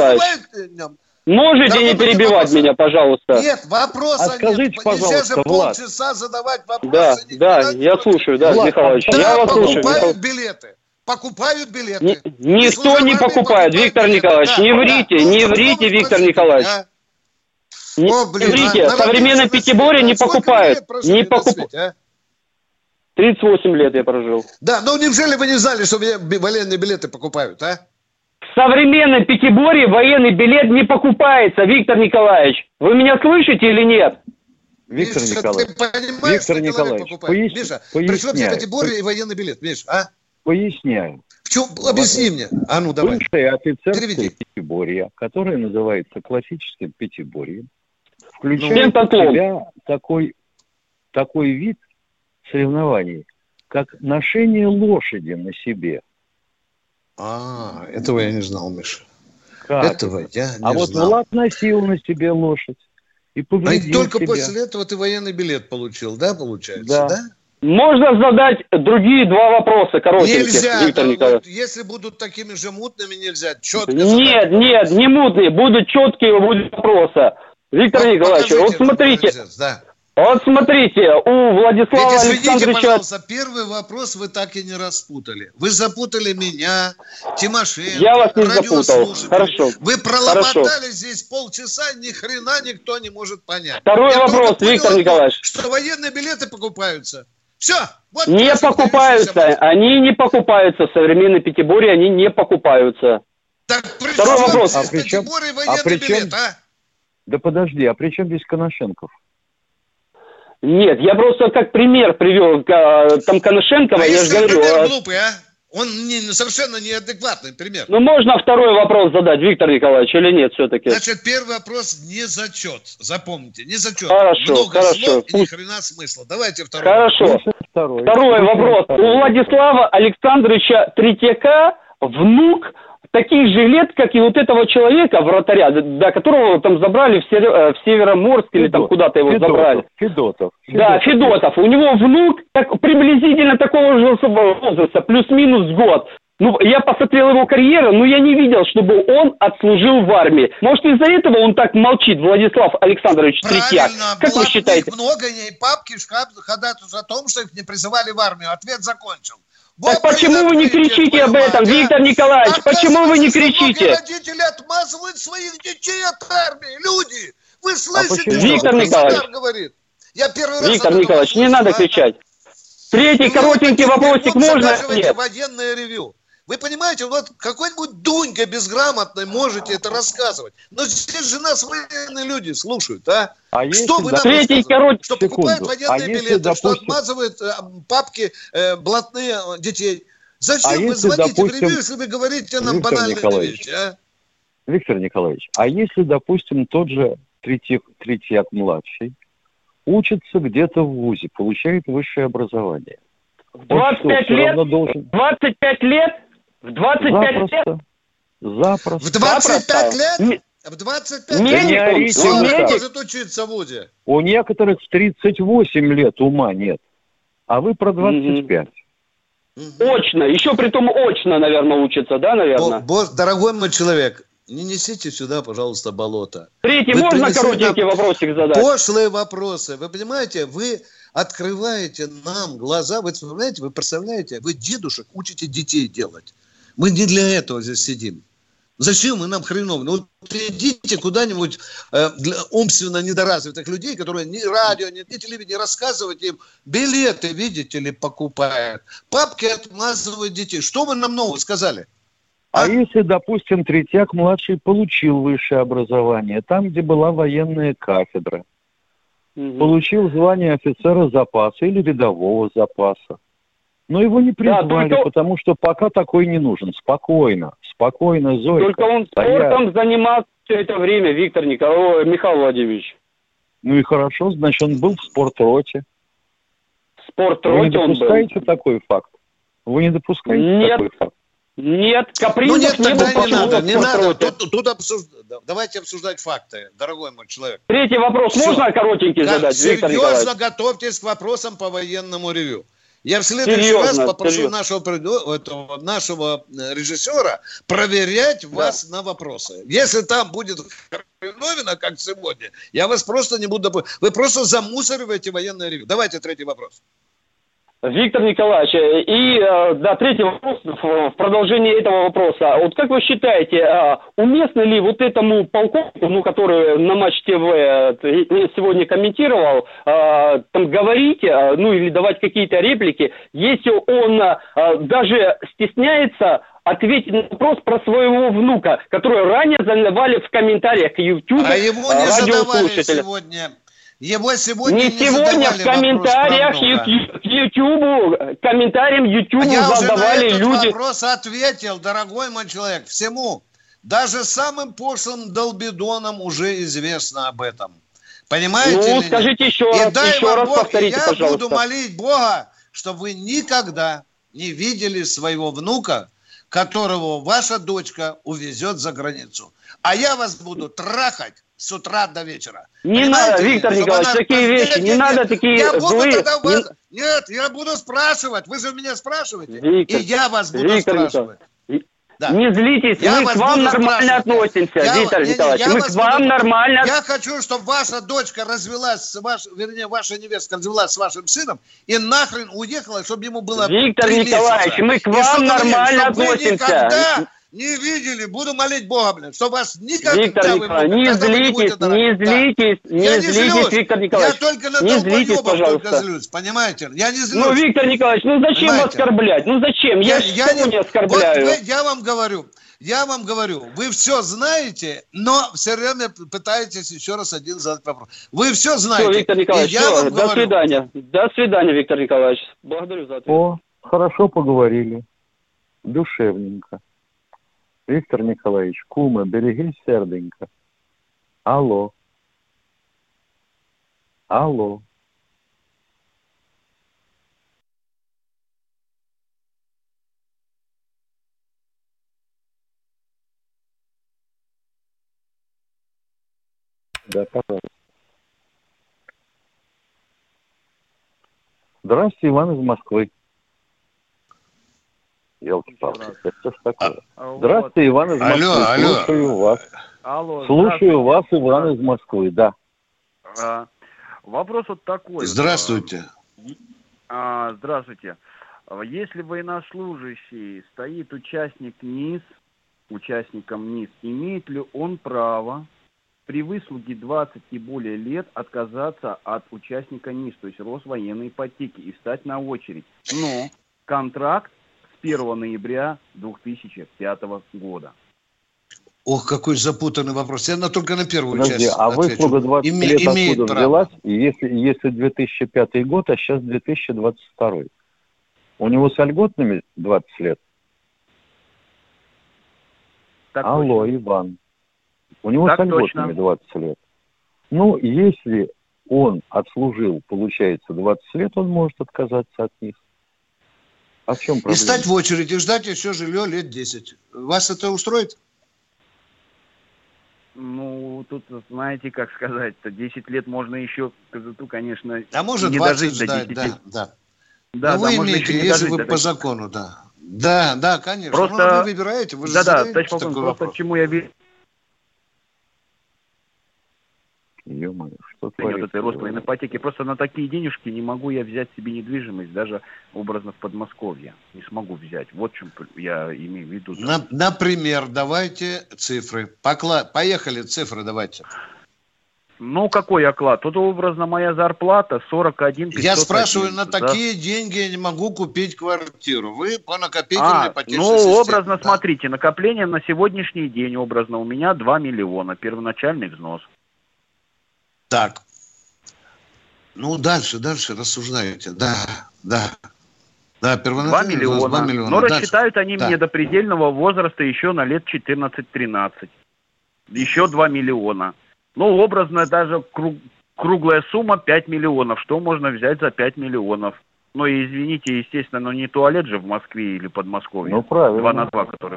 Можете не перебивать меня, пожалуйста? Нет, вопроса скажите, нет. Нельзя же полчаса задавать вопросы. Да, я слушаю, да, Михайлович. Я вас слушаю. Покупают билеты. Никто не покупает, Виктор Николаевич. Не врите, Виктор Николаевич. Не врите, современное пятиборье не покупают. 38 лет я прожил. Да, но неужели вы не знали, что военные билеты покупают, а? В современном пятиборье военный билет не покупается, Виктор Николаевич. Вы меня слышите или нет? Виктор Николаевич, Миша, при чем здесь пятиборье и военный билет, Миш, а? Поясняю. Объясни мне. Давай. Высшее офицерское пятиборье, которое называется классическим пятиборьем, включает в себя такой вид соревнований, как ношение лошади на себе. Этого я не знал, Миша. Этого я не знал. Вот Влад носил на себе лошадь и повредил и только себя. После этого ты военный билет получил, да, получается, да? Можно задать другие 2 вопроса, коротеньких, нельзя, Виктор Николаевич. Если будут такими же мутными, нельзя. Четко нет, не мутные, будут четкие вопросы. Виктор Николаевич, вот смотрите. Вот смотрите, у Владислава Александровича... пожалуйста, первый вопрос вы так и не распутали. Вы запутали меня, Тимошенко, я вас не запутал. Хорошо. Вы проломотали здесь полчаса, ни хрена никто не может понять. Второй вопрос, Виктор Николаевич. Что военные билеты покупаются. Все. Вот не покупаются. Они не покупаются. В современной Пятиборье они не покупаются. Так, второй вопрос. А при чем? Билет, а? Да подожди, а при чем здесь Коношенков? Нет, я просто как пример привел там Коношенкова, я же говорю. Пример глупый, а? Он совершенно неадекватный пример. Ну, можно второй вопрос задать, Виктор Николаевич, или нет все-таки? Значит, первый вопрос не зачет. Запомните, не зачет. Хорошо, много хорошо. слов и ни хрена смысла. Давайте второй. Хорошо. Второй вопрос. У Владислава Александровича Третьяка внук таких же лет, как и вот этого человека, вратаря, до которого там забрали в Североморск или там куда-то его забрали. Федотов. Да, Федотов. У него внук приблизительно такого же возраста, плюс-минус год. Ну, я посмотрел его карьеру, но я не видел, чтобы он отслужил в армии. Может, из-за этого он так молчит, Владислав Александрович Третьяк? Как вы считаете? Много, и папки ходатайствуют о том, что их не призывали в армию. Ответ закончил. Так вот почему вы не кричите об этом, Виктор Николаевич? Почему вы не кричите? Родители отмазывают своих детей от армии. Люди, вы слышите, Виктор Николаевич говорит? Я первый раз Виктор Николаевич, не надо кричать. Третий коротенький вопросик можно? Нет. Военное ревью. Вы понимаете, вот какой-нибудь Дунька безграмотный можете это рассказывать. Но здесь же нас военные люди слушают, а? Что вы нам рассказываете? Что покупают военные билеты, что отмазывают папки блатные детей. Зачем вы звоните в ревью, если вы говорите нам банальные вещи, а? Виктор Николаевич, а если, допустим, тот же Третьяк-младший учится где-то в вузе, получает высшее образование? В 25 лет? 25 лет? В 25 лет? Запросто. В 25 лет? В 25 лет? Он может учиться в вузе. У некоторых в 38 лет ума нет. А вы про 25. Очно. Еще при том очно, наверное, учатся, да, наверное? Дорогой мой человек, не несите сюда, пожалуйста, болото. Третий, можно коротенький вопросик задать? Пошлые вопросы. Вы понимаете, вы открываете нам глаза. Вы представляете, вы дедушек учите детей делать. Мы не для этого здесь сидим. Зачем мы нам хреново? Ну, идите куда-нибудь для умственно недоразвитых людей, которые ни радио, ни телевидение, рассказывать им, билеты, видите ли, покупают. Папки отмазывают детей. Что вы нам нового сказали? А если, допустим, Третьяк-младший получил высшее образование, там, где была военная кафедра, получил звание офицера запаса или рядового запаса, но его не призвали, потому что пока такой не нужен. Спокойно, Зойка. Только он спортом занимался все это время, Виктор Николаевич, Михаил Владимирович. Ну и хорошо, значит, он был в спортроте. В спортроте он был? Вы не допускаете такой факт? Вы не допускаете такой факт? Нет, капризов не было. Не надо. Тут давайте обсуждать факты, дорогой мой человек. Третий вопрос можно коротенький задать, Виктор Николаевич? Серьезно готовьтесь к вопросам по военному ревью. Я в следующий раз попрошу нашего режиссера проверять вас на вопросы. Если там будет хреновина, как сегодня, я вас просто не буду... Вы просто замусориваете военное ревью. Давайте третий вопрос. Виктор Николаевич, третий вопрос в продолжении этого вопроса. Вот как вы считаете, уместно ли вот этому полковнику, который на Матч ТВ сегодня комментировал, там говорить, или давать какие-то реплики, если он даже стесняется ответить на вопрос про своего внука, который ранее задавали в комментариях к YouTube радиослушатели. Его сегодня не сегодня в комментариях к YouTube, комментариям YouTube задавали люди. Я уже на этот вопрос ответил, дорогой мой человек, всему. Даже самым пошлым долбидонам уже известно об этом. Понимаете? Ну, скажите еще раз, повторите, пожалуйста. Я буду молить Бога, чтобы вы никогда не видели своего внука, которого ваша дочка увезет за границу. А я вас буду трахать с утра до вечера. Не надо, Виктор Николаевич, такие вещи, не надо такие злые. Нет, я буду спрашивать, вы же меня спрашиваете, и я вас буду спрашивать. Да. Не злитесь, мы к вам нормально относимся, Виктор Николаевич, мы к вам нормально... Я хочу, чтобы ваша дочка развелась, ваша невестка развелась с вашим сыном и нахрен уехала, чтобы ему было Виктор Николаевич, мы к вам нормально относимся. не видели, буду молить Бога, блядь, чтобы вас никак... Виктор Николаевич, не злитесь, Виктор Николаевич. Я только на долбоебов только злюсь, понимаете? Я не злюсь. Ну, Виктор Николаевич, ну зачем оскорблять? Ну зачем? Я не оскорбляю. Вот, я вам говорю, вы все знаете, но все время пытаетесь еще раз один задать вопрос. Вы все знаете. Все, Виктор Николаевич, все, до свидания. До свидания, Виктор Николаевич. Благодарю за ответ. О, хорошо поговорили. Душевненько. Виктор Николаевич, куме, береги серденько. Алло. Алло. Да, пожалуйста. Здравствуйте, Иван из Москвы. Елки-палки, это что ж такое? Здравствуйте, Иван из Москвы. Алло. Слушаю вас. Алло, слушаю вас, Иван из Москвы, да. Вопрос вот такой. Здравствуйте. Здравствуйте. Если военнослужащий стоит участником НИС, имеет ли он право при выслуге 20 и более лет отказаться от участника НИС, то есть Росвоенной ипотеки, и встать на очередь? Но контракт с 1 ноября 2005 года. Ох, какой запутанный вопрос. Я только на первую Подожди, часть а выслуга 20 лет откуда взялась? Если 2005 год, а сейчас 2022. У него с льготными 20 лет? Так алло, точно. Иван. У него так с льготными 20 лет. Ну, если он отслужил, получается, 20 лет, он может отказаться от них. А в чем проблема? И стать в очередь, и ждать еще жилье лет 10. Вас это устроит? Ну, тут, знаете, как сказать-то, 10 лет можно еще, конечно, а может не 20 дожить ждать, до 10 лет. Да. Да, вы можно имеете, еще не если дожить вы по закону, да. Да, конечно. Просто... Ну, вы выбираете, вы же задаете товарищ такой полковник, вопрос. просто к чему я вижу. Ё-моё, что Вот этой Росвоенной ипотеки. Просто на такие денежки не могу я взять себе недвижимость, даже образно в Подмосковье. Не смогу взять. Вот в чем я имею в виду. Например, давайте цифры. Поехали, цифры давайте. Ну, какой оклад? Тут образно моя зарплата 41 500. Я спрашиваю, на такие деньги я не могу купить квартиру. Вы по накопительной ипотечной системе. Ну, образно, да. Смотрите, накопление на сегодняшний день образно у меня 2 миллиона. Первоначальный взнос. Так. Ну, дальше рассуждаете. Да. Первоначальный 2 миллиона. Но дальше. Рассчитают они мне до предельного возраста еще на лет 14-13. Еще 2 миллиона. Ну, образно, даже круглая сумма 5 миллионов. Что можно взять за 5 миллионов? Ну, и извините, естественно, но не туалет же в Москве или Подмосковье. Ну, правильно. 2 на 2, который...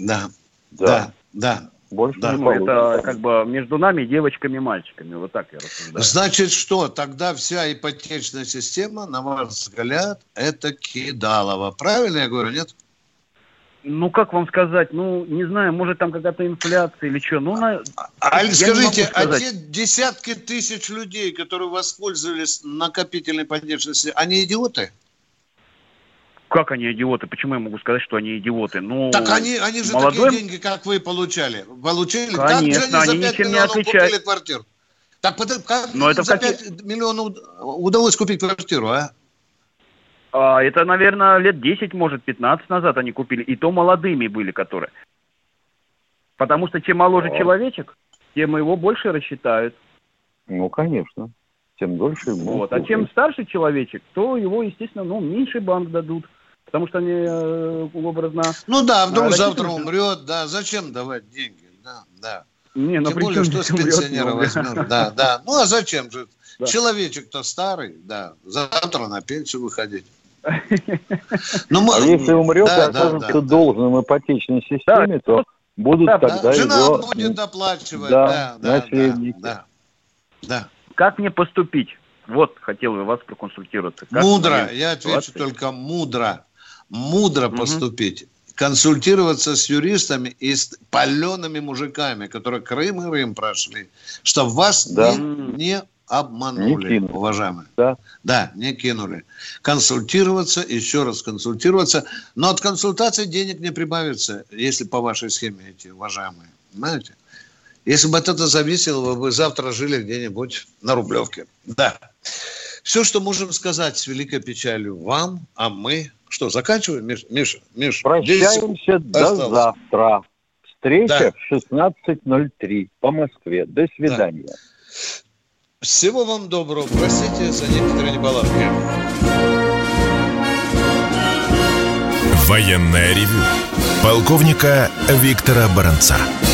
Да. Больше да. Ну, это как бы между нами, девочками и мальчиками. Вот так я рассуждаю. Значит, что? Тогда вся ипотечная система, на ваш взгляд, это кидалово. Правильно я говорю, нет? Ну, как вам сказать? Ну, не знаю, может, там какая-то инфляция или что. Ну, скажите, те десятки тысяч людей, которые воспользовались накопительной ипотечной системой, они идиоты? Как они идиоты? Почему я могу сказать, что они идиоты? Ну, так они же такие деньги, как вы получали. Конечно, как же они за 5 миллионов купили квартиру? Так как за 5 миллионов удалось купить квартиру, а? Это, наверное, лет 10, может, 15 назад они купили. И то молодыми были, которые. Потому что чем моложе человечек, тем его больше рассчитают. Ну, конечно. Тем дольше. Вот. А чем старше человечек, то его, естественно, меньше банк дадут. Потому что они образно... Ну да, вдруг завтра умрет, да. Зачем давать деньги? Да. Не, тем более, что с пенсионера возьмешь. Да. Ну а зачем же? Да. Человечек-то старый, да. Завтра на пенсию выходить. Если умрет и окажется должным ипотечной системе, то будут тогда жена будет доплачивать. Наследники. Да. Как мне поступить? Вот, хотел бы вас проконсультироваться. Мудро, я отвечу только мудро. Мудро поступить. Консультироваться с юристами и с палеными мужиками, которые Крым и Рим прошли, чтобы вас не обманули, уважаемые. Да, не кинули. Консультироваться, еще раз консультироваться. Но от консультации денег не прибавится, если по вашей схеме идти, уважаемые. Знаете? Если бы от этого зависело, вы бы завтра жили где-нибудь на Рублевке. Да. Все, что можем сказать с великой печалью вам, а мы... Что, заканчиваем, Миша? Прощаемся до завтра. Встреча в 16:03 по Москве. До свидания. Да. Всего вам доброго. Простите за некоторые неполадки. Военное ревю полковника Виктора Баранца.